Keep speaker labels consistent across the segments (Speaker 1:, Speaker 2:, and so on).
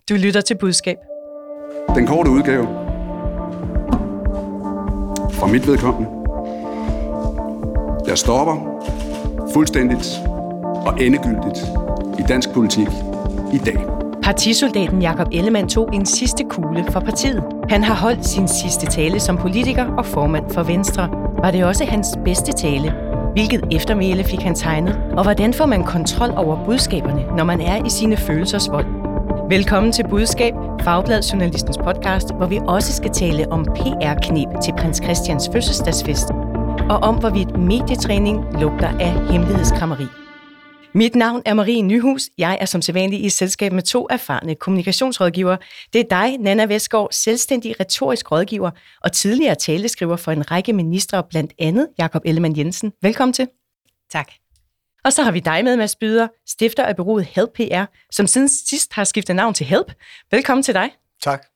Speaker 1: Du lytter til Budskab.
Speaker 2: Den korte udgave. For mit vedkommende. Jeg stopper fuldstændigt og endegyldigt i dansk politik i dag.
Speaker 1: Partisoldaten Jakob Ellemann tog en sidste kugle for partiet. Han har holdt sin sidste tale som politiker og formand for Venstre. Var det også hans bedste tale? Hvilket eftermæle fik han tegnet? Og hvordan får man kontrol over budskaberne, når man er i sine følelsers vold? Velkommen til Budskab, Fagbladet Journalistens podcast, hvor vi også skal tale om PR-kneb til prins Christians fødselsdagsfest, og om hvorvidt medietræning lugter af hemmelighedskrammeri. Mit navn er Marie Nyhus. Jeg er som sædvanlig i selskab med 2 erfarne kommunikationsrådgivere. Det er dig, Nanna Vestgaard, selvstændig retorisk rådgiver og tidligere taleskriver for en række ministre, blandt andet Jakob Ellemann Jensen. Velkommen til.
Speaker 3: Tak.
Speaker 1: Og så har vi dig med, Mads Byder, stifter af bureauet Help PR, som siden sidst har skiftet navn til Help. Velkommen til dig.
Speaker 4: Tak.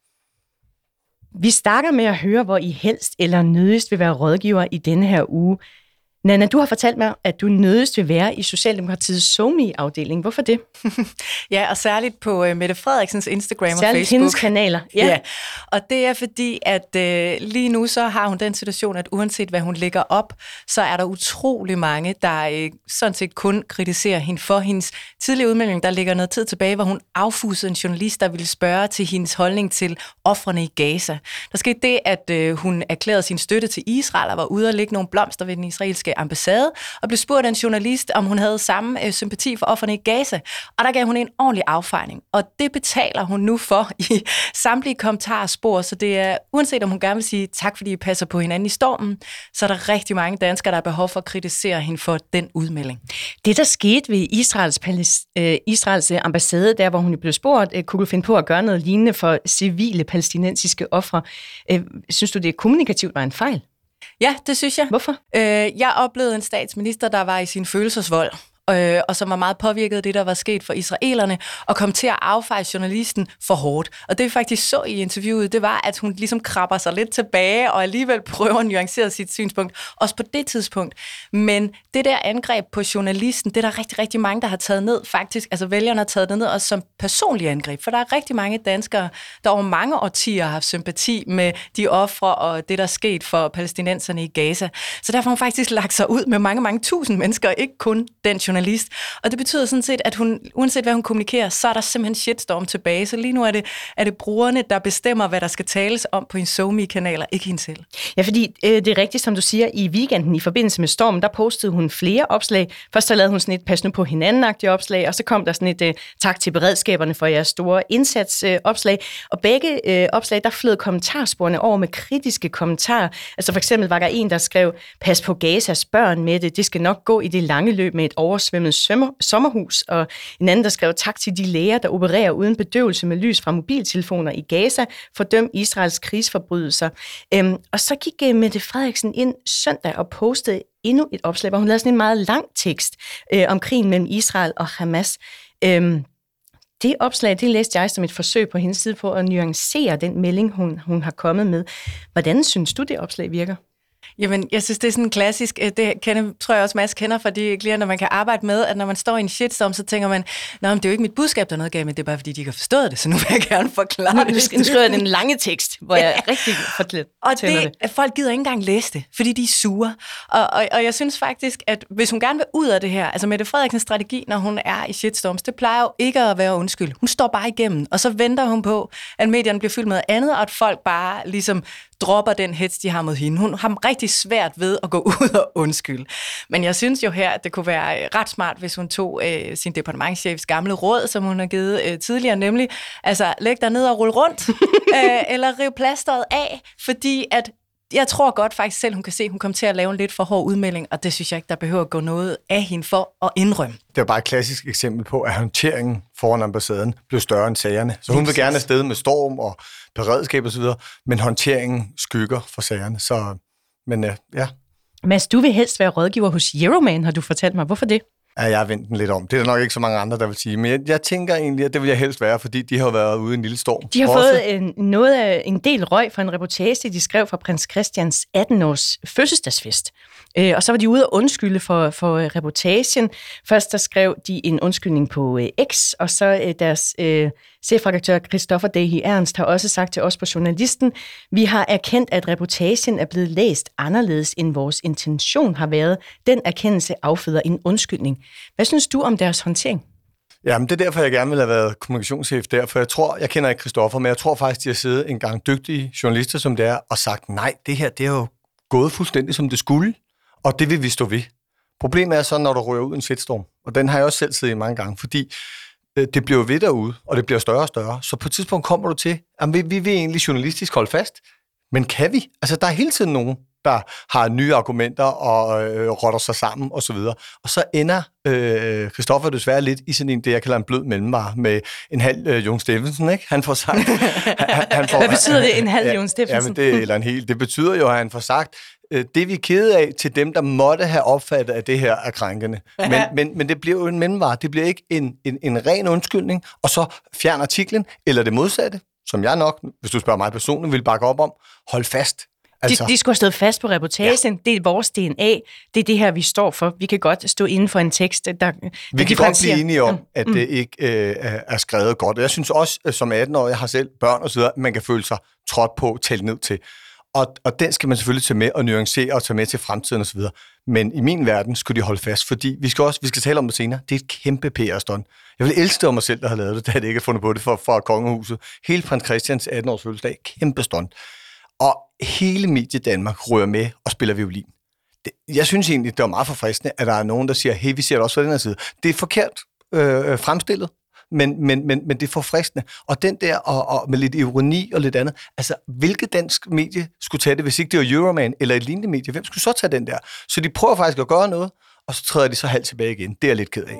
Speaker 1: Vi starter med at høre, hvor I helst eller nødigst vil være rådgiver i denne her uge. Nanna, du har fortalt mig, at du nødigst vil være i Socialdemokratiets SoMe-afdeling. Hvorfor det?
Speaker 3: Ja, og særligt på Mette Frederiksens Instagram og
Speaker 1: særligt
Speaker 3: Facebook.
Speaker 1: Hendes kanaler.
Speaker 3: Ja, og det er fordi, at lige nu så har hun den situation, at uanset hvad hun lægger op, så er der utrolig mange, der sådan set kun kritiserer hende for hendes tidlige udmelding. Der ligger noget tid tilbage, hvor hun affusede en journalist, der ville spørge til hendes holdning til ofrene i Gaza. Der skete det, at hun erklærede sin støtte til Israel og var ude og lægge nogle blomster ved den israelske ambassade, og blev spurgt af en journalist, om hun havde samme sympati for ofrene i Gaza. Og der gav hun en ordentlig affejning. Og det betaler hun nu for i samtlige kommentarspor, så det er, uanset om hun gerne vil sige tak, fordi I passer på hinanden i stormen, så er der rigtig mange danskere, der har behov for at kritisere hende for den udmelding.
Speaker 1: Det, der skete ved Israels ambassade, der hvor hun blev spurgt, kunne du finde på at gøre noget lignende for civile palæstinensiske ofre? Synes du, det kommunikativt var en fejl?
Speaker 3: Ja, det synes jeg.
Speaker 1: Hvorfor?
Speaker 3: Jeg oplevede en statsminister, der var i sin følelsesvold, og som var meget påvirket af det, der var sket for israelerne, og kom til at affeje journalisten for hårdt. Og det vi faktisk så i interviewet, det var, at hun ligesom krabber sig lidt tilbage, og alligevel prøver at nuancere sit synspunkt, også på det tidspunkt. Men det der angreb på journalisten, det er der rigtig, rigtig mange, der har taget ned faktisk. Altså vælgerne har taget det ned også som personlig angreb, for der er rigtig mange danskere, der over mange årtier har haft sympati med de ofre og det, der er sket for palæstinenserne i Gaza. Så derfor har hun faktisk lagt sig ud med mange, mange tusind mennesker, ikke kun den journalist. Og det betyder sådan set, at hun, uanset hvad hun kommunikerer, så er der simpelthen shitstorm tilbage. Så lige nu er det brugerne, der bestemmer, hvad der skal tales om på en SoMe-kanaler, ikke hende selv.
Speaker 1: Ja, fordi det er rigtigt, som du siger, i weekenden i forbindelse med stormen, der postede hun flere opslag. Først så lavede hun sådan et pas nu på hinanden-agtigt opslag, og så kom der sådan et tak til beredskaberne for jeres store indsatsopslag. Og begge opslag, der flød kommentarsporene over med kritiske kommentarer. Altså for eksempel var der en, der skrev, pas på Gazas børn med det skal nok gå i det lange løb med et oversvømmet sommerhus, og en anden, der skrev tak til de læger, der opererer uden bedøvelse med lys fra mobiltelefoner i Gaza, fordøm Israels krigsforbrydelser. Og så gik Mette Frederiksen ind søndag og postede endnu et opslag, hvor hun lavede sådan en meget lang tekst om krigen mellem Israel og Hamas. Det opslag, det læste jeg som et forsøg på hendes side på at nuancere den melding, hun har kommet med. Hvordan synes du, det opslag virker?
Speaker 3: Jamen, jeg synes, det er sådan en klassisk, tror jeg også, Mads kender fra de klienter, man kan arbejde med, at når man står i en shitstorm, så tænker man, nå, men det er jo ikke mit budskab, der er noget galt med, det er bare fordi, de ikke har forstået det, så nu vil jeg gerne forklare det.
Speaker 1: Nu skriver jeg den lange tekst, hvor jeg rigtig fortæller det.
Speaker 3: Og folk gider ikke engang læse det, fordi de er sure. Og jeg synes faktisk, at hvis hun gerne vil ud af det her, altså Mette Frederiksens strategi, når hun er i shitstorms, det plejer jo ikke at være undskyld. Hun står bare igennem, og så venter hun på, at medierne bliver fyldt med andet, og at folk bare ligesom dropper den hets, de har mod hende. Hun har rigtig svært ved at gå ud og undskylde. Men jeg synes jo her, at det kunne være ret smart, hvis hun tog sin departementschefs gamle råd, som hun har givet tidligere, nemlig altså læg dig ned og rulle rundt, eller rive plasteret af, fordi at jeg tror godt faktisk selv, hun kan se, at hun kommer til at lave en lidt for hård udmelding, og det synes jeg ikke, der behøver at gå noget af hende for at indrømme.
Speaker 4: Det er bare et klassisk eksempel på, at håndteringen foran ambassaden blev større end sagerne. Så hun vil gerne afsted med storm og beredskab og så videre, men håndteringen skygger for sagerne. Så, men ja.
Speaker 1: Mads, du vil helst være rådgiver hos Euroman, har du fortalt mig. Hvorfor det?
Speaker 4: Ja, jeg har vendt den lidt om. Det er der nok ikke så mange andre, der vil sige. Men jeg tænker egentlig, at det vil jeg helst være, fordi de har været ude i en lille storm.
Speaker 1: De har fået en del røg fra en reportage, de skrev fra prins Christians 18-års fødselsdagsfest. Og så var de ude at undskylde for reportagen. Først der skrev de en undskyldning på X, og så deres Chefredaktør Christoffer Dahi Ernst har også sagt til os på Journalisten, vi har erkendt, at reportagen er blevet læst anderledes, end vores intention har været. Den erkendelse afføder en undskyldning. Hvad synes du om deres håndtering?
Speaker 4: Jamen, det er derfor, jeg gerne vil have været kommunikationschef der, for jeg kender ikke Christoffer, men jeg tror faktisk, de har siddet en gang dygtige journalister, som det er, og sagt, nej, det her, det er jo gået fuldstændig, som det skulle, og det vil vi stå ved. Problemet er så, når der rører ud en shitstorm, og den har jeg også selv siddet i mange gange, fordi det bliver ved derude, og det bliver større og større, så på et tidspunkt kommer du til, at vi vil egentlig journalistisk holde fast, men kan vi? Altså, der er hele tiden nogen, der har nye argumenter og rotter sig sammen og så videre. Og så ender Christoffer desværre lidt i sådan en, det jeg kalder en blød mellemvare med en halv Jon Steffensen, ikke? Han får sagt...
Speaker 1: Hvad betyder det, en halv Jon Steffensen?
Speaker 4: Det betyder jo, at han får sagt, det vi er kede af til dem, der måtte have opfattet, at det her er krænkende. Men det bliver jo en mellemvare. Det bliver ikke en ren undskyldning, og så fjern artiklen, eller det modsatte, som jeg nok, hvis du spørger mig personligt, vil bakke op om, hold fast.
Speaker 1: Altså, de skulle have stået fast på reportagen. Ja. Det er vores DNA. Det er det her, vi står for. Vi kan godt stå inden for en tekst, der
Speaker 4: vi kan godt blive enige om, at det ikke er skrevet godt. Jeg synes også, som 18-årig, jeg har selv børn og så videre, man kan føle sig trådt på, talt ned til. Og den skal man selvfølgelig tage med og nuancere og tage med til fremtiden og så videre. Men i min verden skulle de holde fast, fordi vi skal tale om det senere. Det er et kæmpe PR-stunt. Jeg vil elske det om mig selv, der har lavet det, da jeg ikke har fundet på det for kongehuset. Hele prins Christians 18-års fødselsdag, kæmpe stunt. Og hele Medie Danmark rører med og spiller violin. Jeg synes egentlig, det var meget forfriskende, at der er nogen, der siger, hey, vi ser det også fra den her side. Det er forkert fremstillet, men det er forfriskende. Og den der, og med lidt ironi og lidt andet, altså, hvilket dansk medie skulle tage det, hvis ikke det var Euroman eller et lignende medie? Hvem skulle så tage den der? Så de prøver faktisk at gøre noget, og så træder de så halvt tilbage igen. Det er jeg lidt ked af.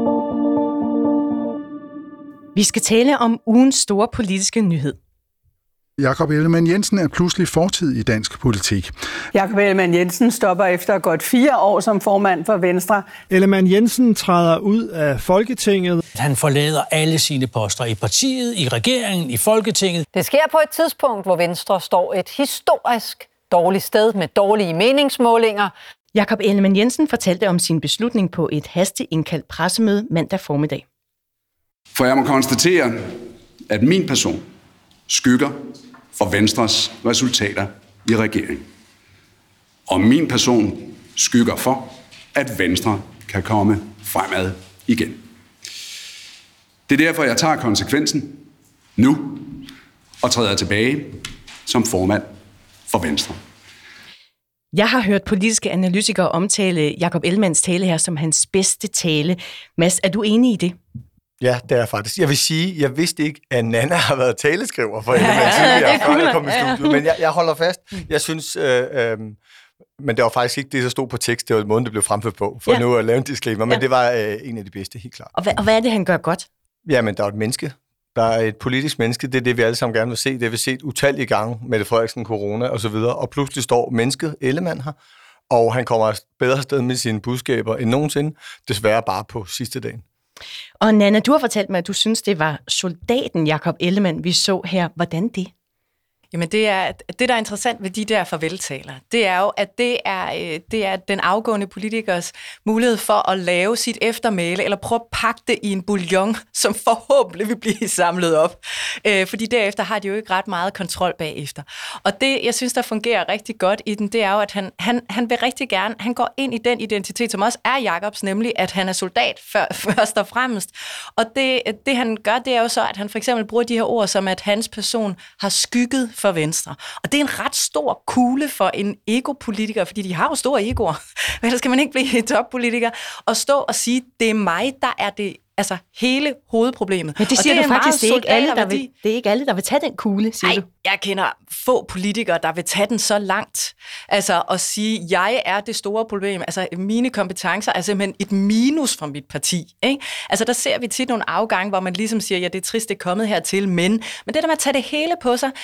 Speaker 1: Vi skal tale om ugens store politiske nyhed.
Speaker 5: Jakob Ellemann-Jensen er pludselig fortid i dansk politik.
Speaker 6: Jakob Ellemann-Jensen stopper efter godt 4 år som formand for Venstre.
Speaker 7: Ellemann-Jensen træder ud af Folketinget.
Speaker 8: Han forlader alle sine poster i partiet, i regeringen, i Folketinget.
Speaker 9: Det sker på et tidspunkt, hvor Venstre står et historisk dårligt sted med dårlige meningsmålinger.
Speaker 1: Jakob Ellemann-Jensen fortalte om sin beslutning på et hasteindkaldt pressemøde mandag formiddag.
Speaker 2: For jeg må konstatere, at min person skygger for Venstres resultater i regeringen. Og min person skygger for, at Venstre kan komme fremad igen. Det er derfor, jeg tager konsekvensen nu og træder tilbage som formand for Venstre.
Speaker 1: Jeg har hørt politiske analytikere omtale Jakob Ellemanns tale her som hans bedste tale. Mads, er du enig i det?
Speaker 4: Ja, det er faktisk. Jeg vil sige, jeg vidste ikke, at Nanna har været taleskriver for Ellemann tidligere, før jeg kom i studiet. Men jeg holder fast. Jeg synes, men det var faktisk ikke det, der stod på tekst. Det var måden, det blev fremført på, for nu at lave en disclaimer. Men det var en af de bedste, helt klart.
Speaker 1: Og hvad er det, han gør godt?
Speaker 4: Jamen, der er et menneske. Der er et politisk menneske. Det er det, vi alle sammen gerne vil se. Det har vi set utallige gange med det Frederiksen, corona og så videre. Og pludselig står mennesket Ellemann her, og han kommer bedre sted med sine budskaber end nogensinde. Desværre bare på sidste dagen.
Speaker 1: Og Nanna, du har fortalt mig, at du synes, det var soldaten Jakob Ellemann, vi så her. Hvordan det?
Speaker 3: Jamen det, der er interessant ved de der farveltaler, det er jo, at det er den afgående politikers mulighed for at lave sit eftermæle, eller prøve at pakke det i en bouillon, som forhåbentlig vil blive samlet op. Fordi derefter har de jo ikke ret meget kontrol bagefter. Og det, jeg synes, der fungerer rigtig godt i den, det er jo, at han vil rigtig gerne, han går ind i den identitet, som også er Jakobs, nemlig at han er soldat først og fremmest. Og det han gør, det er jo så, at han for eksempel bruger de her ord, som at hans person har skygget for Venstre. Og det er en ret stor kugle for en egopolitiker, fordi de har jo store egoer. Men ellers skal man ikke blive toppolitiker og stå og sige, det er mig, der er det hele hovedproblemet.
Speaker 1: Men det siger du faktisk, det er ikke alle, der vil tage den kugle, siger du?
Speaker 3: Jeg kender få politikere, der vil tage den så langt. Altså at sige, jeg er det store problem. Altså mine kompetencer er simpelthen et minus for mit parti. Ikke? Altså der ser vi tit nogle afgange, hvor man ligesom siger, ja, det er trist, det er kommet hertil, men det der med at tage det hele på sig,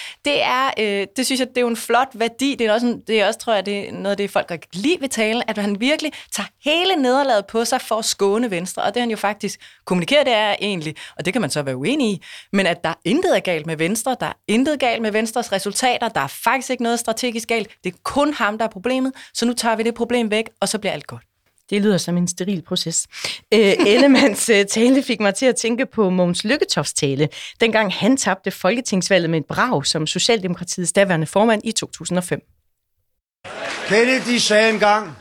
Speaker 3: det synes jeg, det er jo en flot værdi. Det er også, tror jeg, det er noget af det, folk kan lide ved talen, at han virkelig tager hele nederlaget på sig for at skåne Venstre, og det han jo faktisk kommunikerer, det er egentlig, og det kan man så være uenig i, men at der intet er galt med Venstre, der er intet galt med Venstres resultater, der er faktisk ikke noget strategisk galt, det er kun ham, der er problemet, så nu tager vi det problem væk, og så bliver alt godt.
Speaker 1: Det lyder som en steril proces. Ellemanns tale fik mig til at tænke på Mogens Lykketofts tale, dengang han tabte folketingsvalget med et brag som Socialdemokratiets daværende formand i 2005.
Speaker 10: Kennedy sagde engang,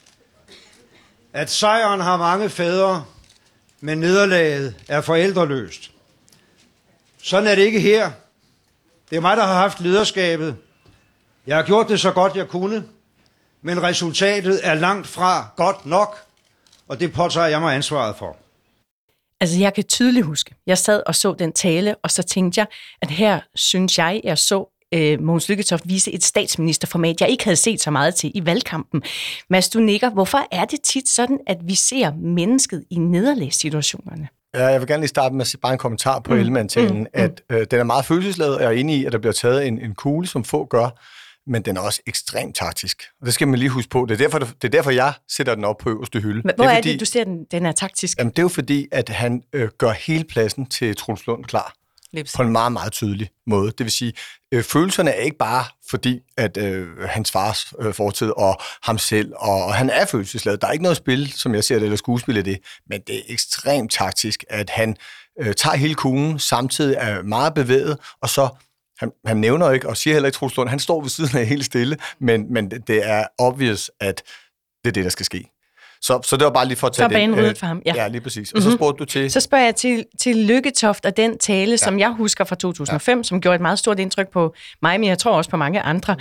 Speaker 10: at sejren har mange fædre, men nederlaget er forældreløst. Sådan er det ikke her. Det er mig, der har haft lederskabet. Jeg har gjort det så godt, jeg kunne, men resultatet er langt fra godt nok, og det påtager jeg mig ansvaret for.
Speaker 1: Altså, jeg kan tydeligt huske, jeg sad og så den tale, og så tænkte jeg, at her synes jeg så Mogens Lykketoft vise et statsministerformat, jeg ikke havde set så meget til i valgkampen. Mads, du nikker. Hvorfor er det tit sådan, at vi ser mennesket i nederlagssituationerne?
Speaker 4: Ja, jeg vil gerne lige starte med at sige bare en kommentar på Ellemann-talen, at den er meget følelsesladet, og jeg er enig i, at der bliver taget en kugle, som få gør, men den er også ekstremt taktisk. Og det skal man lige huske på. Det er derfor jeg sætter den op på øverste hylde.
Speaker 1: Hvor er det, du ser, den er taktisk?
Speaker 4: Jamen, det er jo fordi, at han gør hele pladsen til Troels Lund klar. På en meget, meget tydelig måde. Det vil sige, følelserne er ikke bare fordi, at hans fars fortid og ham selv, og han er følelsesladet. Der er ikke noget spil, som jeg ser det, eller skuespil i det, men det er ekstremt taktisk, at han tager hele kuglen, samtidig er meget bevæget, og så, han nævner ikke, og siger heller ikke Troels Lund, han står ved siden af helt stille, men det er obvious, at det er det, der skal ske. Så det var bare lige for at tage
Speaker 1: så banen ryddet for ham.
Speaker 4: Ja, lige præcis. Og så spurgte du til...
Speaker 1: Så spørger jeg til Lykketoft og den tale, som jeg husker fra 2005, som gjorde et meget stort indtryk på mig, men jeg tror også på mange andre.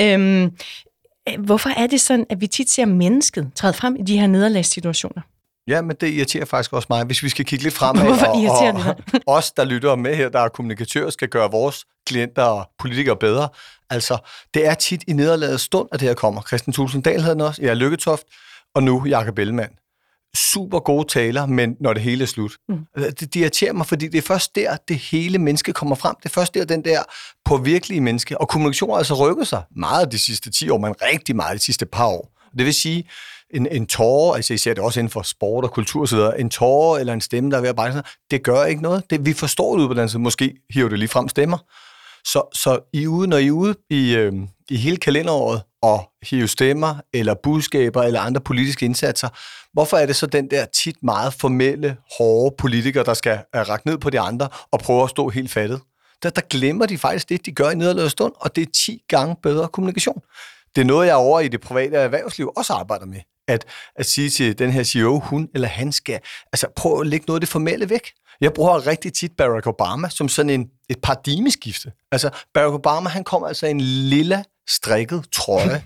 Speaker 1: Hvorfor er det sådan, at vi tit ser mennesket træde frem i de her nederlagssituationer?
Speaker 4: Ja, men det irriterer faktisk også mig, hvis vi skal kigge lidt fremad.
Speaker 1: Hvorfor irriterer det?
Speaker 4: Og os, der lytter med her, der er kommunikatører, skal gøre vores klienter og politikere bedre. Altså, det er tit i nederlagets stund, at det her kommer. Christian Thulesen Dahl havde den også, Lykketoft, og nu Jakob Ellemann. Super gode taler, men når det hele er slut. Det irriterer mig, fordi det er først der, det hele menneske kommer frem. Det er først der, den der påvirkelige menneske. Og kommunikation har altså rykket sig meget de sidste 10 år, men rigtig meget de sidste par år. Det vil sige, en tårer, altså I ser det også inden for sport og kultur og så videre, en tårer eller en stemme, der er ved at brække, det gør ikke noget. Vi forstår det ud på den side, måske hiver det lige frem stemmer. Så når I er ude i hele kalenderåret og hive stemmer eller budskaber eller andre politiske indsatser, hvorfor er det så den der tit meget formelle, hårde politikere, der skal række ned på de andre og prøve at stå helt fattet? Der glemmer de faktisk det, de gør i nederlagets stund, og det er 10 gange bedre kommunikation. Det er noget, jeg over i det private erhvervsliv også arbejder med. At sige til den her CEO, hun eller han skal prøve at lægge noget af det formelle væk. Jeg bruger rigtig tit Barack Obama som sådan et paradigmeskifte. Altså, Barack Obama, han kom altså i en lilla strikket trøje,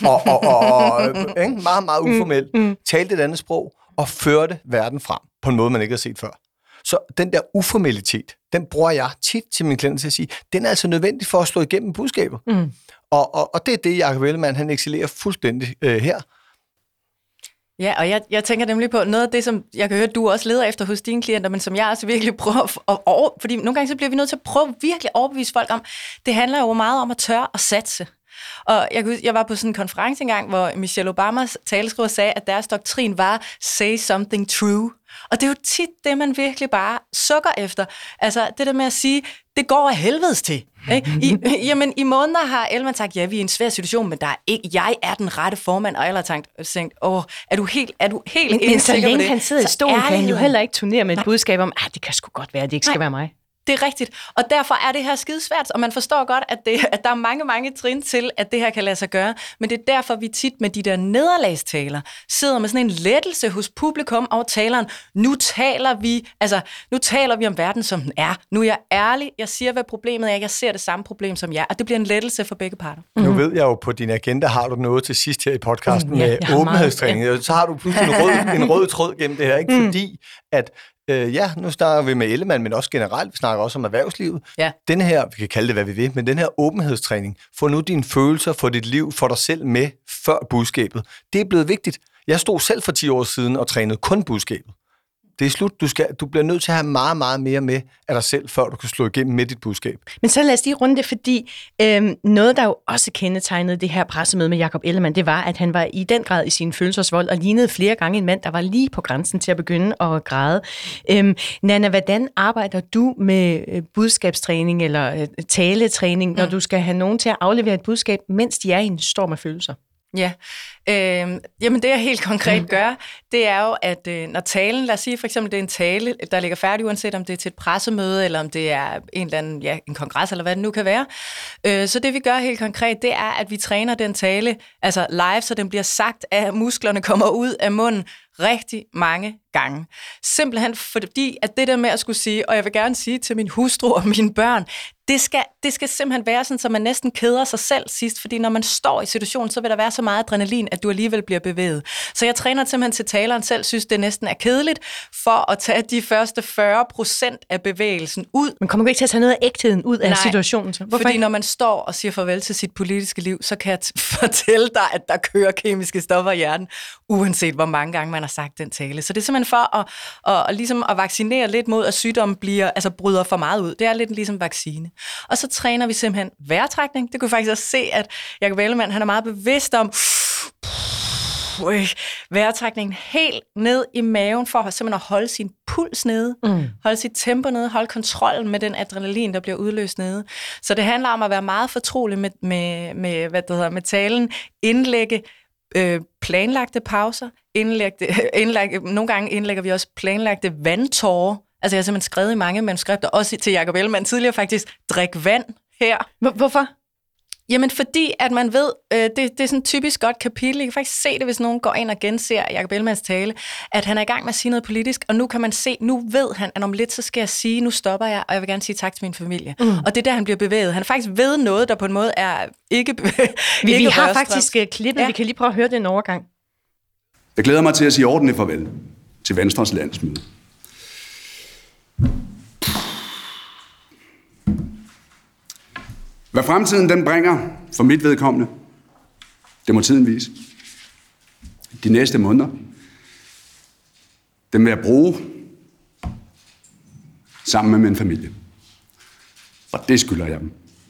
Speaker 4: og meget, meget uformelt, talte et andet sprog, og førte verden frem på en måde, man ikke har set før. Så den der uformalitet, den bruger jeg tit til mine klienter til at sige, den er altså nødvendig for at slå igennem budskabet. Og det er det, Jakob Ellemann, han excellerer fuldstændig her.
Speaker 3: Ja, og jeg tænker nemlig på noget af det, som jeg kan høre, du også leder efter hos dine klienter, men som jeg altså virkelig prøver fordi nogle gange så bliver vi nødt til at prøve virkelig at overbevise folk om, det handler jo meget om at tørre og satse. Og jeg var på sådan en konference engang, hvor Michelle Obamas taleskriver sagde, at deres doktrin var say something true. Og det er jo tit det, man virkelig bare sukker efter. Altså det der med at sige, det går af helvedes til. Ikke? I måneder har Ellemann sagt, ja, vi er i en svær situation, men jeg er den rette formand, og alle har tænkt, er du helt
Speaker 1: men så længe han sidder i stolen, kan han jo heller ikke turnere med et budskab om, det kan sgu godt være, at det ikke skal være mig.
Speaker 3: Det er rigtigt, og derfor er det her skidesvært, og man forstår godt, at der er mange, mange trin til, at det her kan lade sig gøre, men det er derfor, vi tit med de der nederlagstaler sidder med sådan en lettelse hos publikum og taleren. Nu taler vi om verden, som den er. Nu er jeg ærlig, jeg siger, hvad problemet er, jeg ser det samme problem som jer, og det bliver en lettelse for begge parter.
Speaker 4: Nu ved jeg jo, på din agenda har du noget til sidst her i podcasten med åbenhedstræning. Så har du pludselig en rød tråd gennem det her, ikke? Fordi at nu snakker vi med Ellemann, men også generelt, vi snakker også om erhvervslivet. Ja. Den her, vi kan kalde det, hvad vi vil, men den her åbenhedstræning, få nu dine følelser for dit liv, for dig selv med før budskabet. Det er blevet vigtigt. Jeg stod selv for 10 år siden og trænede kun budskabet. Det er slut. Du bliver nødt til at have meget, meget mere med af dig selv, før du kan slå igennem med dit budskab.
Speaker 1: Men så lad os lige runde det, fordi noget, der jo også kendetegnede det her pressemøde med Jakob Ellemann, det var, at han var i den grad i sin følelsesvold og lignede flere gange en mand, der var lige på grænsen til at begynde at græde. Nanna, hvordan arbejder du med budskabstræning eller taletræning, når du skal have nogen til at aflevere et budskab, mens de er i en storm af følelser?
Speaker 3: Ja, jamen det jeg helt konkret gør, det er jo, at når talen, lad os sige for eksempel, det er en tale, der ligger færdig, uanset om det er til et pressemøde, eller om det er en eller anden, en kongres, eller hvad det nu kan være. Så det vi gør helt konkret, det er, at vi træner den tale, altså live, så den bliver sagt, at musklerne kommer ud af munden rigtig mange gange. Simpelthen fordi, at det der med at skulle sige, og jeg vil gerne sige til min hustru og mine børn, det skal simpelthen være sådan, så man næsten keder sig selv sidst, fordi når man står i situationen, så vil der være så meget adrenalin, at du alligevel bliver bevæget. Så jeg træner simpelthen til taleren selv, synes det næsten er kedeligt, for at tage de første 40% af bevægelsen ud.
Speaker 1: Man kommer ikke til at tage noget af ægtheden ud af situationen. Så.
Speaker 3: Hvorfor? Fordi når man står og siger farvel til sit politiske liv, så kan jeg fortælle dig, at der kører kemiske stoffer i hjernen, uanset hvor mange gange man har sagt den tale. Så det er simpelthen for at ligesom at vaccinere lidt mod, at sygdommen bryder for meget ud. Det er lidt ligesom vaccine. Og så træner vi simpelthen vejrtrækning. Det kunne faktisk også se, at Jakob Ellemann, han er meget bevidst om vejrtrækningen helt ned i maven, for simpelthen at holde sin puls nede, holde sit tempo nede, holde kontrollen med den adrenalin, der bliver udløst nede. Så det handler om at være meget fortrolig med talen, indlægge planlagte pauser, nogle gange indlægger vi også planlagte vandtårer. Altså jeg har simpelthen skrevet i mange manuskripter, også til Jakob Ellemann tidligere faktisk, drik vand her.
Speaker 1: Hvorfor?
Speaker 3: Jamen fordi, at man ved, det er sådan et typisk godt kapitel. I kan faktisk se det, hvis nogen går ind og genser Jakob Ellemanns tale, at han er i gang med at sige noget politisk, og nu kan man se, nu ved han, at om lidt, så skal jeg sige, nu stopper jeg, og jeg vil gerne sige tak til min familie. Og det er der, han bliver bevæget. Han er faktisk ved noget, der på en måde er ikke
Speaker 1: vi har faktisk klippet, vi kan lige prøve at høre den overgang.
Speaker 2: Jeg glæder mig til at sige ordentligt farvel til Venstres landsmøde. Hvad fremtiden den bringer for mit vedkommende, det må tiden vise. De næste måneder, dem vil jeg bruge sammen med min familie. Og det skylder jeg dem.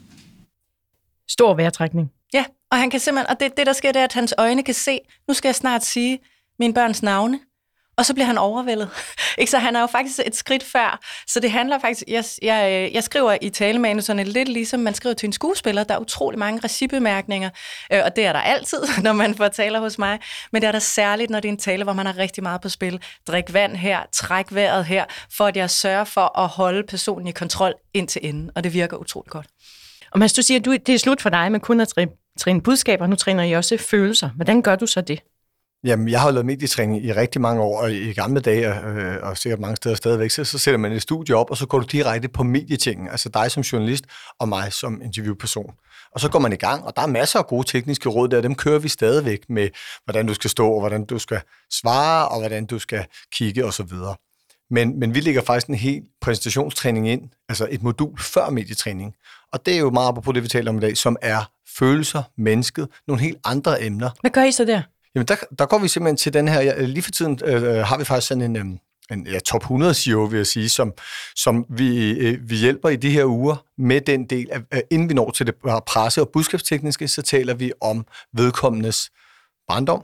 Speaker 1: Stor vejrtrækning.
Speaker 3: Ja, og han kan simpelthen, og det der sker, det er, at hans øjne kan se, nu skal jeg snart sige mine børns navne. Og så bliver han overvældet. Ikke? Så han er jo faktisk et skridt før. Så det handler faktisk... Jeg skriver i talemanuserne lidt ligesom man skriver til en skuespiller. Der er utrolig mange regibemærkninger, og det er der altid, når man får taler hos mig. Men det er der særligt, når det er en tale, hvor man har rigtig meget på spil. Drik vand her, træk vejret her, for at jeg sørger for at holde personen i kontrol ind til enden. Og det virker utrolig godt.
Speaker 1: Og Mads, du siger, at det er slut for dig med kun at træne budskaber. Nu træner I også følelser. Hvordan gør du så det?
Speaker 4: Jamen, jeg har jo lavet medietræning i rigtig mange år, og i gamle dage, og sikkert mange steder stadigvæk, så sætter man et studie op, og så går du direkte på medietingen, altså dig som journalist, og mig som interviewperson. Og så går man i gang, og der er masser af gode tekniske råd der, dem kører vi stadigvæk med, hvordan du skal stå, og hvordan du skal svare, og hvordan du skal kigge, og så videre. Men vi lægger faktisk en hel præsentationstræning ind, altså et modul før medietræning. Og det er jo meget på det, vi taler om i dag, som er følelser, mennesket, nogle helt andre emner.
Speaker 1: Hvad gør I så der?
Speaker 4: Jamen, der går vi simpelthen til den her, lige for tiden har vi faktisk sådan en top 100 CEO, vil jeg sige, som vi hjælper i de her uger med den del, inden vi når til det presse- og budskabstekniske, så taler vi om vedkommendes barndom,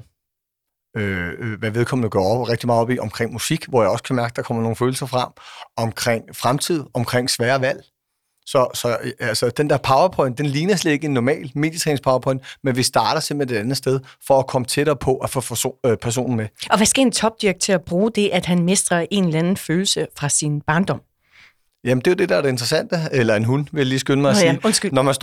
Speaker 4: hvad vedkommende går rigtig meget op i, omkring musik, hvor jeg også kan mærke, der kommer nogle følelser frem, omkring fremtid, omkring svære valg. Så altså, den der PowerPoint, den ligner slet ikke en normal medietrænings-PowerPoint, men vi starter simpelthen et andet sted for at komme tættere på at få personen med.
Speaker 1: Og hvad skal en topdirektør bruge det, at han mestrer en eller anden følelse fra sin barndom?
Speaker 4: Jamen, det er jo det, der er det interessante. Eller en hund, vil jeg lige skynde mig at sige.
Speaker 1: Undskyld.
Speaker 4: Når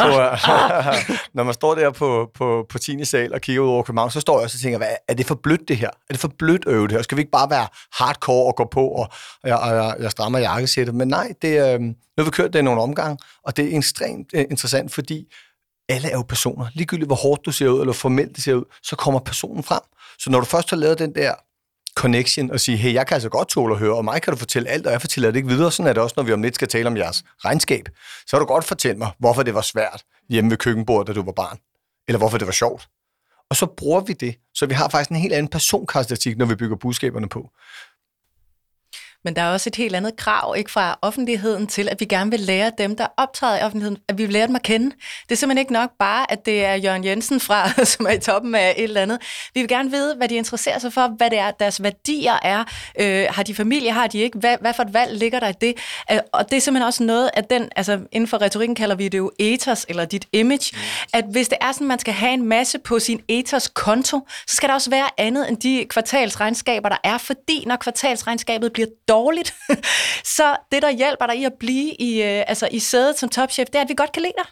Speaker 4: man står der på 10. sal og kigger ud over København, så står jeg også og tænker, er det for blødt det her? Er det for blødt øve det her? Skal vi ikke bare være hardcore og gå på, og jeg strammer jakkesættet? Men nej, nu har vi kørt det i nogle omgange, og det er ekstremt interessant, fordi alle er jo personer. Ligegyldigt hvor hårdt du ser ud, eller formelt det ser ud, så kommer personen frem. Så når du først har lavet den der connection og sige, hey, jeg kan altså godt tåle at høre, og mig kan du fortælle alt, og jeg fortæller det ikke videre. Sådan er det også, når vi om lidt skal tale om jeres regnskab. Så har du godt fortælle mig, hvorfor det var svært hjemme ved køkkenbordet, da du var barn. Eller hvorfor det var sjovt. Og så bruger vi det. Så vi har faktisk en helt anden personkarakteristik, når vi bygger budskaberne på.
Speaker 3: Men der er også et helt andet krav, ikke, fra offentligheden til, at vi gerne vil lære dem, der optræder i offentligheden, at vi vil lære dem at kende. Det er simpelthen ikke nok bare, at det er Jørgen Jensen fra, som er i toppen af et eller andet. Vi vil gerne vide, hvad de interesserer sig for, hvad det er, deres værdier er. Har de familie, har de ikke? Hvad for et valg ligger der i det? Og det er simpelthen også noget af den, altså inden for retorikken kalder vi det jo ethos, eller dit image, at hvis det er sådan, man skal have en masse på sin ethos-konto, så skal der også være andet end de kvartalsregnskaber, der er, fordi når kvartalsregnskabet bliver dårligt, så det, der hjælper dig i at blive i sædet som topchef, det er, at vi godt kan lide dig.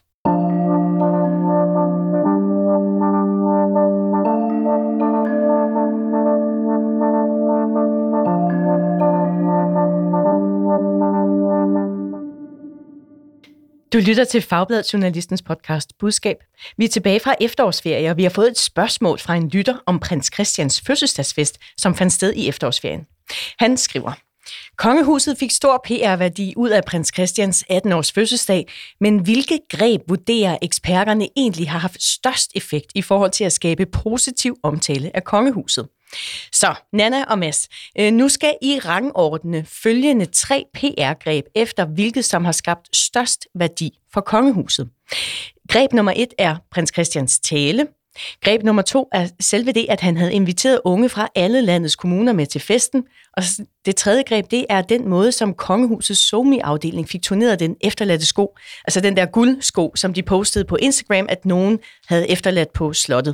Speaker 1: Du lytter til Fagbladet Journalistens podcast Budskab. Vi er tilbage fra efterårsferie, og vi har fået et spørgsmål fra en lytter om prins Christians fødselsdagsfest, som fandt sted i efterårsferien. Han skriver: Kongehuset fik stor PR-værdi ud af prins Christians 18-års fødselsdag, men hvilke greb vurderer eksperterne egentlig har haft størst effekt i forhold til at skabe positiv omtale af kongehuset? Så, Nanna og Mads, nu skal I rangordne følgende 3 PR-greb efter hvilket som har skabt størst værdi for kongehuset. Greb nummer 1 er prins Christians tale. Greb nummer 2 er selve det, at han havde inviteret unge fra alle landets kommuner med til festen. Og det tredje greb, det er den måde, som kongehusets SoMe-afdeling fik turneret den efterladte sko. Altså den der guldsko, som de postede på Instagram, at nogen havde efterladt på slottet.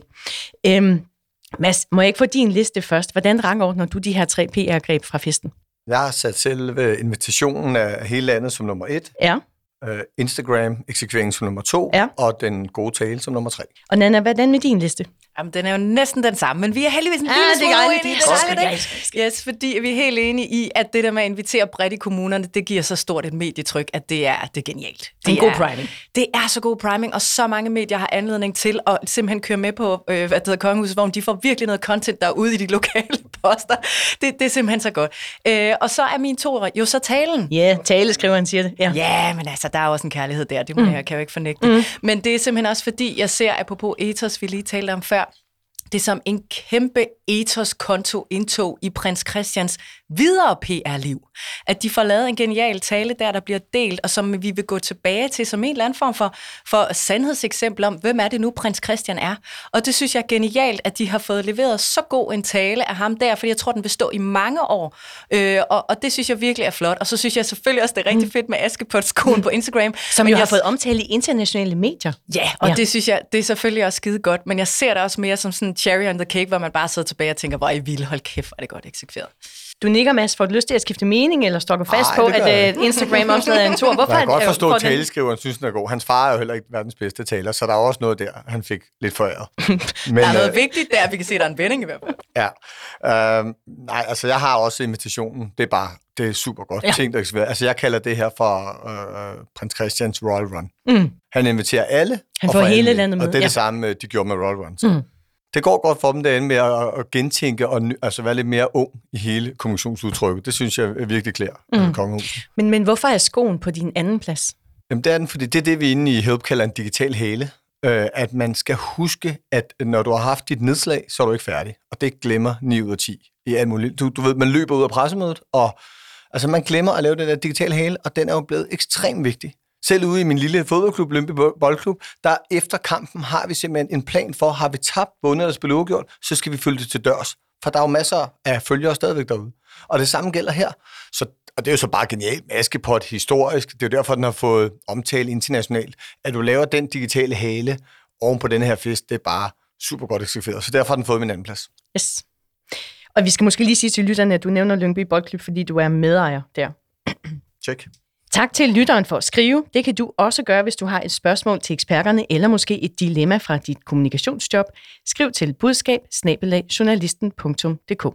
Speaker 1: Mads, må jeg ikke få din liste først? Hvordan rangordner du de her 3 PR-greb fra festen?
Speaker 4: Jeg har sat selve invitationen af hele landet som nummer 1.
Speaker 1: Ja.
Speaker 4: Instagram-eksekveringen som nummer 2,
Speaker 1: ja.
Speaker 4: Og den gode tale som nummer 3.
Speaker 1: Og Nanna, hvordan med din liste?
Speaker 3: Jamen, den er jo næsten den samme, men vi er heldigvis en lille smule uenige. Yes, fordi vi er helt enige i, at det der med at invitere bredt i kommunerne, det giver så stort et medietryk, at det er genialt.
Speaker 1: Det er god priming.
Speaker 3: Det er så god priming, og så mange medier har anledning til at simpelthen køre med på, kongehusvogn. De får virkelig noget content derude i de lokale poster. Det er simpelthen så godt. Og så er min 2 jo så talen.
Speaker 1: Ja, taleskriveren siger det.
Speaker 3: Ja, men altså, der er også en kærlighed der. Det kan jeg jo ikke fornægte. Men det er simpelthen også fordi, jeg ser, apropos ethos, vi lige talte om før, det er som en kæmpe ethos-konto-indtog i prins Christians videre PR-liv. At de får lavet en genial tale der bliver delt, og som vi vil gå tilbage til som en eller anden form for sandhedseksempel om, hvem er det nu, prins Christian er. Og det synes jeg er genialt, at de har fået leveret så god en tale af ham der, fordi jeg tror, den vil stå i mange år. Og det synes jeg virkelig er flot. Og så synes jeg selvfølgelig også, det er rigtig fedt med Askepot-skoen på Instagram.
Speaker 1: Som jo har fået omtale i internationale medier.
Speaker 3: Ja, og det synes jeg, det er selvfølgelig også skide godt, men jeg ser det også mere som sådan cherry on the cake, hvor man bare sidder tilbage og tænker, hvor er I vilde, hold kæft, er det godt eksekveret.
Speaker 1: Du nikker, Mads, får du lyst til at skifte mening, eller står du fast på, at Instagram-opslaget er en tur?
Speaker 4: Hvorfor? Jeg kan godt forstå, at taleskriveren synes, den er god. Hans far er jo heller ikke verdens bedste taler, så der er også noget der, han fik lidt foræret.
Speaker 3: Men, der er noget vigtigt der, vi kan se, der er en vending i hvert fald.
Speaker 4: Ja. Nej, altså jeg har også invitationen. Det er super godt. Ja. Ting, der kan være. Altså jeg kalder det her for prins Christians Royal Run. Han inviterer alle.
Speaker 1: Han får hele landet med.
Speaker 4: Og det er det samme, de gjorde med Royal Run. Det går godt for dem derinde med at gentænke og altså være lidt mere ung i hele kommunikationsudtrykket. Det synes jeg virkelig klæder kongehuset.
Speaker 1: Men hvorfor er skoen på din anden plads?
Speaker 4: Jamen det er den, fordi det er det, vi inde i Help kalder en digital hale. At man skal huske, at når du har haft dit nedslag, så er du ikke færdig. Og det glemmer 9 ud af 10 i alt muligt. Du ved, man løber ud af pressemødet, og altså man glemmer at lave den der digitale hale, og den er jo blevet ekstremt vigtig. Selv ude i min lille fodboldklub, Lyngby Boldklub, der efter kampen har vi simpelthen en plan for, har vi tabt, vundet eller spillet uafgjort, så skal vi følge det til dørs. For der er jo masser af følgere stadigvæk derude. Og det samme gælder her. Og det er jo så bare genialt med Askepot historisk. Det er jo derfor, den har fået omtale internationalt. At du laver den digitale hale oven på den her fest, det er bare super godt eksekveret. Så derfor har den fået min anden plads.
Speaker 1: Yes. Og vi skal måske lige sige til lytterne, at du nævner Lyngby Boldklub, fordi du er medejer der.
Speaker 4: Check.
Speaker 1: Tak til lytteren for at skrive. Det kan du også gøre, hvis du har et spørgsmål til eksperterne, eller måske et dilemma fra dit kommunikationsjob. Skriv til budskab@journalisten.dk.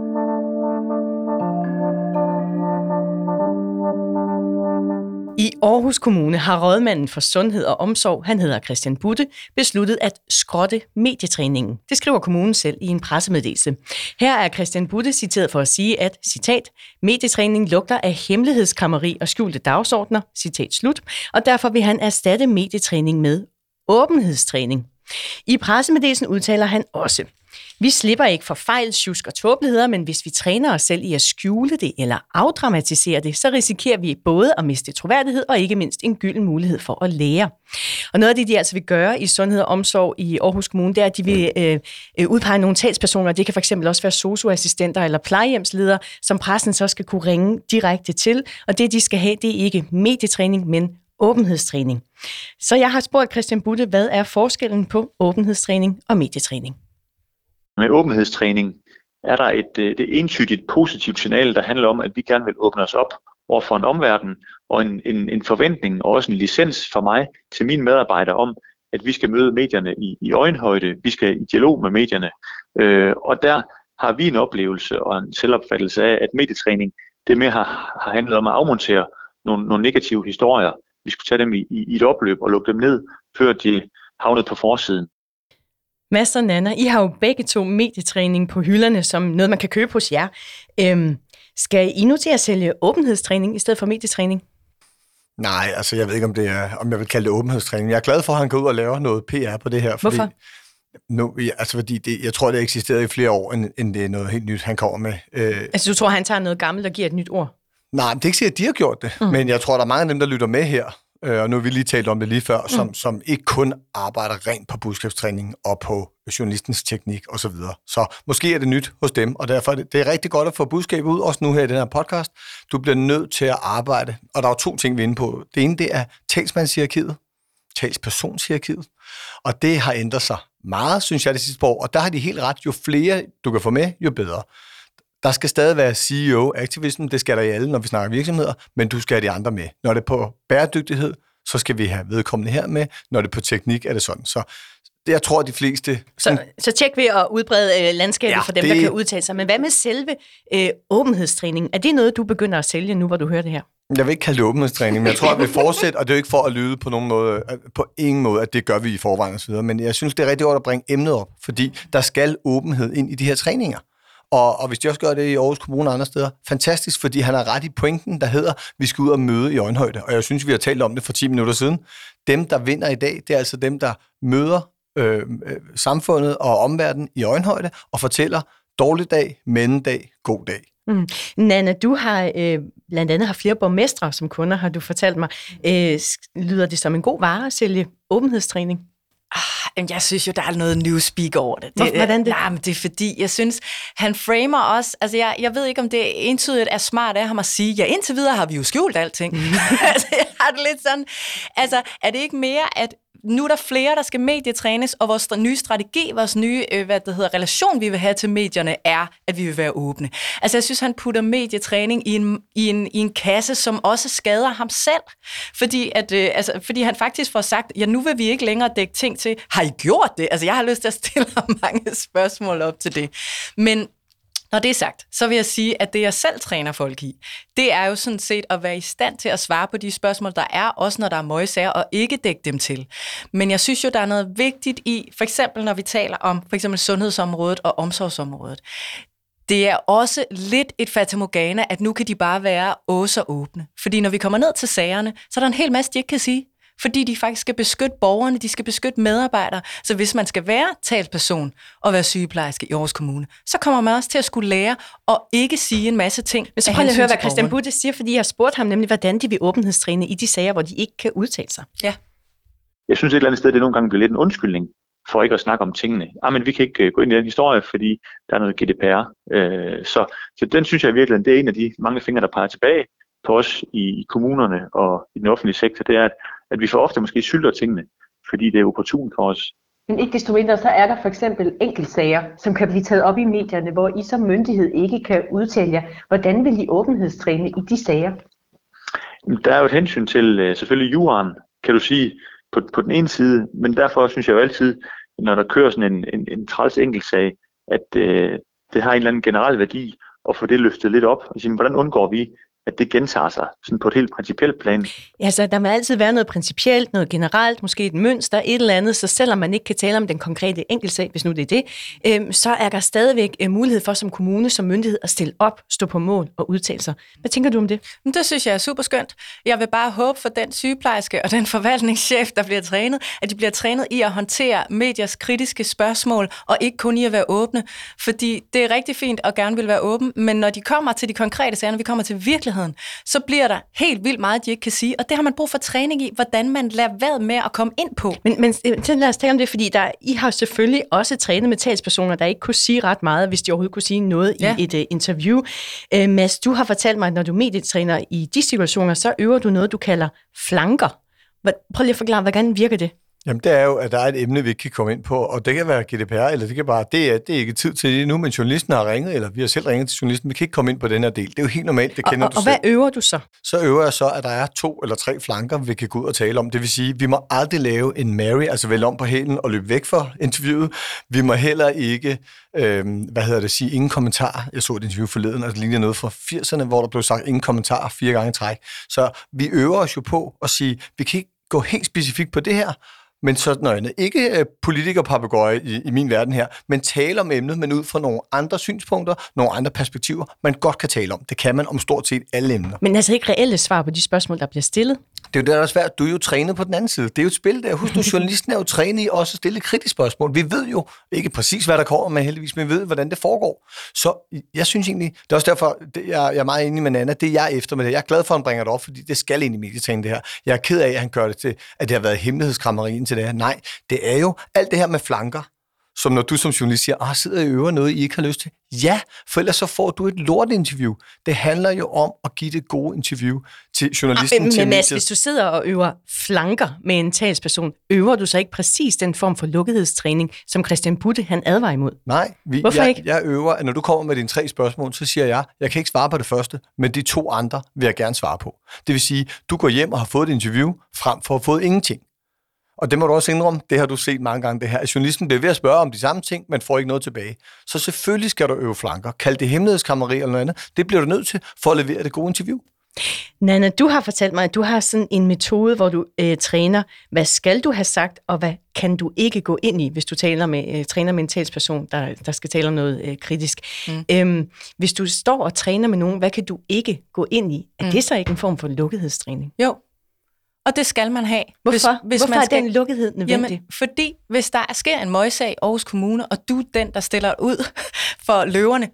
Speaker 1: I Aarhus Kommune har rådmanden for sundhed og omsorg, han hedder Christian Butte, besluttet at skrotte medietræningen. Det skriver kommunen selv i en pressemeddelelse. Her er Christian Butte citeret for at sige, at, citat, medietræning lugter af hemmelighedskrammeri og skjulte dagsordner, citat slut, og derfor vil han erstatte medietræning med åbenhedstræning. I pressemeddelelsen udtaler han også: Vi slipper ikke for fejl, sjusk og tåbeligheder, men hvis vi træner os selv i at skjule det eller afdramatisere det, så risikerer vi både at miste troværdighed og ikke mindst en gylden mulighed for at lære. Og noget af det, de altså vil gøre i Sundhed og Omsorg i Aarhus Kommune, det er, at de vil udpege nogle talspersoner. Det kan fx også være sosu-assistenter eller plejehjemsledere, som pressen så skal kunne ringe direkte til. Og det, de skal have, det er ikke medietræning, men åbenhedstræning. Så jeg har spurgt Christian Butte, hvad er forskellen på åbenhedstræning og medietræning?
Speaker 11: Med åbenhedstræning er der et entydigt positivt signal, der handler om, at vi gerne vil åbne os op over for en omverden, og en forventning og også en licens for mig til mine medarbejdere om, at vi skal møde medierne i øjenhøjde, vi skal i dialog med medierne. Og der har vi en oplevelse og en selvopfattelse af, at medietræning, det mere har handlet om at afmontere nogle negative historier. Vi skulle tage dem i et opløb og lukke dem ned, før de havnede på forsiden.
Speaker 1: Mads og Nanna, I har jo begge to medietræning på hylderne, som noget, man kan købe hos jer. Skal I nu til at sælge åbenhedstræning i stedet for medietræning?
Speaker 4: Nej, altså jeg ved ikke, om jeg vil kalde det åbenhedstræning. Jeg er glad for, at han går ud og laver noget PR på det her.
Speaker 1: Hvorfor?
Speaker 4: Fordi jeg tror, det eksisterede i flere år, end det er noget helt nyt, han kommer med.
Speaker 1: Altså du tror, han tager noget gammelt og giver et nyt ord?
Speaker 4: Nej, det er ikke sikkert, at de har gjort det. Men jeg tror, der er mange af dem, der lytter med her, og nu har vi lige talt om det lige før, som ikke kun arbejder rent på budskabstræning og på journalistens teknik osv. Så måske er det nyt hos dem, og derfor er det er rigtig godt at få budskabet ud, også nu her i den her podcast. Du bliver nødt til at arbejde, og der er jo 2 ting, vi er inde på. Det ene, det er talsmandshierarkiet, talspersonshierarkiet, og det har ændret sig meget, synes jeg, det sidste år, og der har de helt ret. Jo flere du kan få med, jo bedre. Der skal stadig være CEO-aktivism, det skal der i alle, når vi snakker virksomheder, men du skal have de andre med. Når det er på bæredygtighed, så skal vi have vedkommende her med. Når det er på teknik, er det sådan. Så det, jeg tror, de fleste...
Speaker 1: Så tjek ved at udbrede landskabet for dem, der kan udtale sig. Men hvad med selve åbenhedstræningen? Er det noget, du begynder at sælge nu, hvor du hører det her?
Speaker 4: Jeg vil ikke kalde det åbenhedstræning, men jeg tror, at vi fortsætter, og det er jo ikke for at lyde på nogen måde, på ingen måde, at det gør vi i forvejen og så videre. Men jeg synes, det er rigtig godt at bringe emnet op, fordi der skal åbenhed ind i de her træninger. Og hvis de også gør det i Aarhus Kommune og andre steder, fantastisk, fordi han har ret i pointen, der hedder, vi skal ud og møde i øjenhøjde. Og jeg synes, vi har talt om det for 10 minutter siden. Dem, der vinder i dag, det er altså dem, der møder samfundet og omverdenen i øjenhøjde og fortæller dårlig dag, mennedag, god dag.
Speaker 1: Nanna, du har blandt andet flere borgmestre som kunder, har du fortalt mig. Lyder det som en god vare at sælge åbenhedstræning?
Speaker 3: Jeg synes jo, der er noget newspeak over det.
Speaker 1: Hvordan det?
Speaker 3: Nej, men det er fordi, jeg synes, han framer os. Altså, jeg ved ikke, om det entydigt er smart af ham at sige, ja, indtil videre har vi jo skjult alting. Altså, jeg har det lidt sådan. Altså, er det ikke mere, at nu er der flere, der skal medietrænes, og vores nye strategi, vores nye relation, vi vil have til medierne, er, at vi vil være åbne. Altså, jeg synes, han putter medietræning i en kasse, som også skader ham selv. Fordi han faktisk får sagt, ja, nu vil vi ikke længere dække ting til. Har I gjort det? Altså, jeg har lyst til at stille ham mange spørgsmål op til det. Men når det er sagt, så vil jeg sige, at det, jeg selv træner folk i, det er jo sådan set at være i stand til at svare på de spørgsmål, der er, også når der er møgsager, og ikke dække dem til. Men jeg synes jo, der er noget vigtigt i, for eksempel når vi taler om for eksempel sundhedsområdet og omsorgsområdet. Det er også lidt et fatamorgana, at nu kan de bare være så åbne. Fordi når vi kommer ned til sagerne, så er der en hel masse, de ikke kan sige. Fordi de faktisk skal beskytte borgerne, de skal beskytte medarbejdere. Så hvis man skal være talsperson og være sygeplejerske i Aarhus Kommune, så kommer man også til at skulle lære og ikke sige en masse ting.
Speaker 1: Men så prøv at høre, hvad Christian Butte siger, fordi jeg har spurgt ham nemlig, hvordan de vil åbenhedstræne i de sager, hvor de ikke kan udtale sig.
Speaker 3: Ja.
Speaker 11: Jeg synes et eller andet sted, det nogle gange bliver lidt en undskyldning for ikke at snakke om tingene. Men vi kan ikke gå ind i den historie, fordi der er noget GDPR. Så den synes jeg virkelig, det er en af de mange fingre, der peger tilbage på os i kommunerne og i den offentlige sektor, det er, at vi for ofte måske sylter tingene, fordi det er opportunt for os.
Speaker 12: Men ikke desto mindre, så er der for eksempel enkeltsager, som kan blive taget op i medierne, hvor I som myndighed ikke kan udtale jer. Hvordan vil I åbenhedstræne i de sager?
Speaker 11: Der er jo et hensyn til selvfølgelig juraen, kan du sige, på den ene side, men derfor synes jeg jo altid, når der kører sådan en træls enkeltsag, at det har en eller anden generel værdi at få det løftet lidt op og sige, hvordan undgår vi, at det gentager sig sådan på et helt principielt plan.
Speaker 1: Ja, så der vil altid være noget principielt, noget generelt, måske et mønster, et eller andet, så selvom man ikke kan tale om den konkrete enkeltsag, hvis nu det er det, så er der stadigvæk mulighed for som kommune, som myndighed at stille op, stå på mål og udtale sig. Hvad tænker du om det?
Speaker 3: Det synes jeg er super skønt. Jeg vil bare håbe for den sygeplejerske og den forvaltningschef, der bliver trænet, at de bliver trænet i at håndtere mediers kritiske spørgsmål, og ikke kun i at være åbne. Fordi det er rigtig fint at gerne vil være åben, men når de kommer til de konkrete sager, når vi kommer til virkeligheden, så bliver der helt vildt meget, de ikke kan sige, og det har man brug for træning i, hvordan man lader være med at komme ind på.
Speaker 1: Men lad os tale om det, fordi I har selvfølgelig også trænet med talspersoner, der ikke kunne sige ret meget, hvis de overhovedet kunne sige noget i et interview. Mads, du har fortalt mig, at når du medietræner i de situationer, så øver du noget, du kalder flanker. Prøv lige at forklare, hvordan virker det?
Speaker 4: Jamen, det er jo, at der er et emne, vi ikke kan komme ind på, og det kan være GDPR, eller det kan bare, det er ikke tid til det nu, men journalisten har ringet, eller vi har selv ringet til journalisten, vi kan ikke komme ind på den her del. Det er jo helt normalt, det kender du selv.
Speaker 1: Og hvad øver du så?
Speaker 4: Så øver jeg så, at der er 2 eller 3 flanker, vi kan gå ud og tale om. Det vil sige, vi må aldrig lave en Mary, altså vælge om på hælen og løbe væk fra interviewet. Vi må heller ikke, sige ingen kommentar. Jeg så et interview forleden, og det ligner noget fra 80'erne, hvor der blev sagt ingen kommentar 4 gange i træk. Så vi øver os jo på at sige, vi kan ikke gå helt specifikt på det her, men sådan noget. Ikke politikerpapegøje i min verden her, men tale om emnet, men ud fra nogle andre synspunkter, nogle andre perspektiver, man godt kan tale om. Det kan man om stort set alle emner.
Speaker 1: Men altså ikke reelle svar på de spørgsmål, der bliver stillet?
Speaker 4: Det er jo det, der er svært. Du er jo trænet på den anden side. Det er jo et spil der. Husk nu, journalisten er jo trænet i også at stille kritiske spørgsmål. Vi ved jo ikke præcis, hvad der kommer, men heldigvis, men vi ved, hvordan det foregår. Så jeg synes egentlig, det er også derfor, jeg er meget enig med Nanna, det er jeg efter med det. Jeg er glad for, at han bringer det op, fordi det skal ind i medietræning, det her. Jeg er ked af, at han gør det til, at det har været hemmelighedskrammeri indtil det her. Nej, det er jo alt det her med flanker, som når du som journalist siger, sidder I øver noget, I ikke har lyst til. Ja, for ellers så får du et lortinterview. Det handler jo om at give det gode interview til journalisten.
Speaker 1: Men Mads, hvis du sidder og øver flanker med en talsperson, øver du så ikke præcis den form for lukkethedstræning, som Christian Butte han advarer imod?
Speaker 4: Nej,
Speaker 1: hvorfor ikke?
Speaker 4: Jeg øver, at når du kommer med dine 3 spørgsmål, så siger jeg kan ikke svare på det første, men de 2 andre vil jeg gerne svare på. Det vil sige, du går hjem og har fået et interview, frem for at have fået ingenting. Og det må du også indrømme, det har du set mange gange det her. Journalisten bliver ved at spørge om de samme ting, men får ikke noget tilbage. Så selvfølgelig skal du øve flanker. Kald det hemmelighedskammeri eller noget andet. Det bliver du nødt til for at levere det gode interview.
Speaker 1: Nanna, du har fortalt mig, at du har sådan en metode, hvor du træner, hvad skal du have sagt, og hvad kan du ikke gå ind i, hvis du træner med en talsperson, der skal tale om noget kritisk. Hvis du står og træner med nogen, hvad kan du ikke gå ind i? Er det så ikke en form for lukkethedstræning?
Speaker 3: Jo. Og det skal man have.
Speaker 1: Hvorfor
Speaker 3: man
Speaker 1: er den lukkethed nødvendig?
Speaker 3: Jamen, fordi hvis der sker en møgssag i Aarhus Kommune, og du er den, der stiller ud for løverne,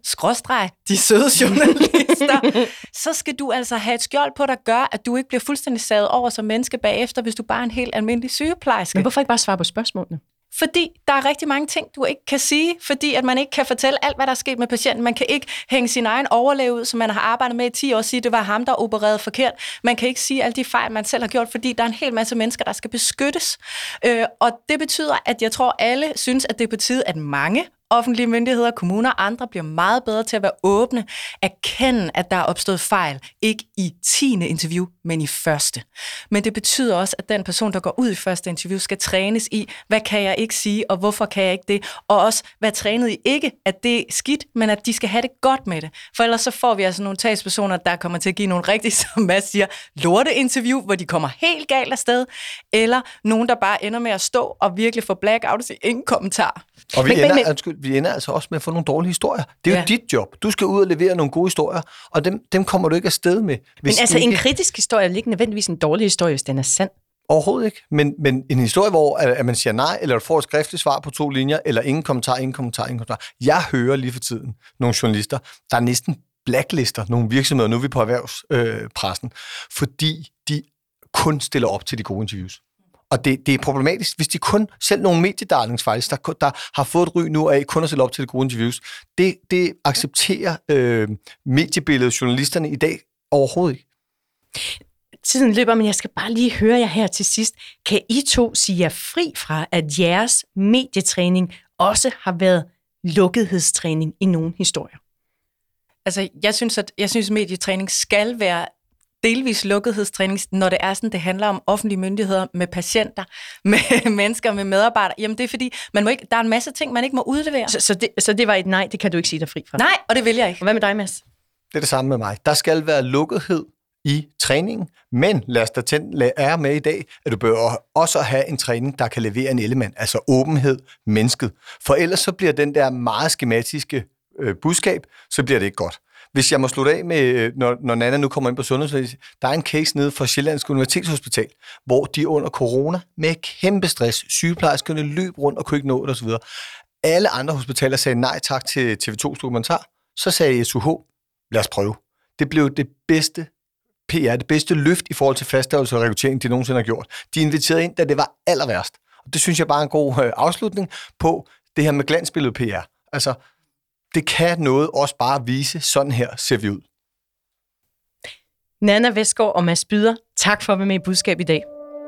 Speaker 3: de søde journalister, så skal du altså have et skjold på, der gør, at du ikke bliver fuldstændig savet over som menneske bagefter, hvis du bare er en helt almindelig sygeplejerske.
Speaker 1: Men hvorfor ikke bare svare på spørgsmålene?
Speaker 3: Fordi der er rigtig mange ting, du ikke kan sige, fordi at man ikke kan fortælle alt, hvad der er sket med patienten. Man kan ikke hænge sin egen overlæge ud, som man har arbejdet med i 10 år, og sige, at det var ham, der opererede forkert. Man kan ikke sige alle de fejl, man selv har gjort, fordi der er en hel masse mennesker, der skal beskyttes. Og det betyder, at jeg tror, alle synes, at det er på tide, at mange offentlige myndigheder, kommuner og andre bliver meget bedre til at være åbne, erkende, at der er opstået fejl, ikke i 10. interview, men i første. Men det betyder også, at den person, der går ud i første interview, skal trænes i, hvad kan jeg ikke sige, og hvorfor kan jeg ikke det, og også være trænet i ikke, at det er skidt, men at de skal have det godt med det. For ellers så får vi altså nogle talspersoner, der kommer til at give nogle rigtig, som Mads siger, lorteinterview, hvor de kommer helt galt afsted, eller nogen, der bare ender med at stå og virkelig få blackout og sige ingen kommentar.
Speaker 4: Og vi ender altså også med at få nogle dårlige historier. Det er jo dit job. Du skal ud og levere nogle gode historier, og dem kommer du ikke afsted med.
Speaker 1: Men altså en kritisk historie er ikke nødvendigvis en dårlig historie, hvis den er sand.
Speaker 4: Overhovedet ikke. Men en historie, hvor at man siger nej, eller får et skriftligt svar på 2 linjer, eller ingen kommentar. Jeg hører lige for tiden nogle journalister, der er næsten blacklister nogle virksomheder, nu er vi på erhvervspressen, fordi de kun stiller op til de gode interviews. Og det er problematisk, hvis de kun, selv nogle mediedarlingsfejls, der har fået et ry nu af kun at stille op til de gode interviews, det accepterer mediebilledet, journalisterne i dag overhovedet ikke.
Speaker 1: Tiden løber, men jeg skal bare lige høre jer her til sidst. Kan I 2 sige jer fri fra, at jeres medietræning også har været lukkethedstræning i nogle historier?
Speaker 3: Altså, jeg synes, medietræning skal være delvis lukkethedstræning, når det er sådan, det handler om offentlige myndigheder med patienter, med mennesker, med medarbejdere. Jamen det er fordi, man må ikke, der er en masse ting, man ikke må udlevere.
Speaker 1: Så det var et nej, det kan du ikke sige dig fri fra?
Speaker 3: Nej, og det vil jeg ikke.
Speaker 1: Og hvad med dig, Mads?
Speaker 4: Det er det samme med mig. Der skal være lukkethed i træningen, men lad os da lære med i dag, at du bør også have en træning, der kan levere en element, altså åbenhed, mennesket. For ellers så bliver den der meget skematiske budskab, så bliver det ikke godt. Hvis jeg må slutte af med, når Nanna nu kommer ind på sundhedsvæsenet, der er en case nede fra Sjællandske Universitetshospital, hvor de under corona med kæmpe stress, sygeplejerskerne løb rundt og kunne ikke nå det osv. Alle andre hospitaler sagde nej tak til TV2's dokumentar. Så sagde SUH, lad os prøve. Det blev det bedste PR, det bedste løft i forhold til fastholdelse og rekruttering, de nogensinde har gjort. De inviterede ind, da det var aller værst. Og det synes jeg bare er en god afslutning på det her med glansbillede PR. Altså, det kan noget også bare vise, sådan her ser vi ud.
Speaker 1: Nanna Westgaard og Mads Byder, tak for at være med i Budskab i dag.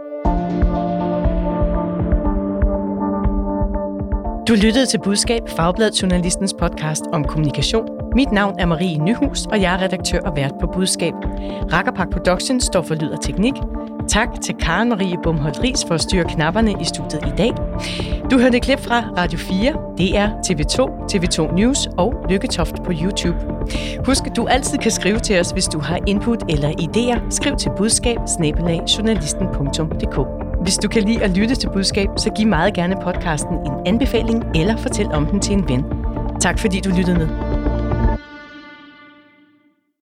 Speaker 1: Du lyttede til Budskab, Fagbladet Journalistens podcast om kommunikation. Mit navn er Marie Nyhus, og jeg er redaktør og vært på Budskab. Rakkerpak Production står for lyd og teknik. Tak til Karen Marie Bumholdt Riis for at styre knapperne i studiet i dag. Du hørte et klip fra Radio 4, DR, TV2, TV2 News og Lykketoft på YouTube. Husk, at du altid kan skrive til os, hvis du har input eller idéer. Skriv til budskab@journalisten.dk. Hvis du kan lide at lytte til Budskab, så giv meget gerne podcasten en anbefaling eller fortæl om den til en ven. Tak fordi du lyttede med.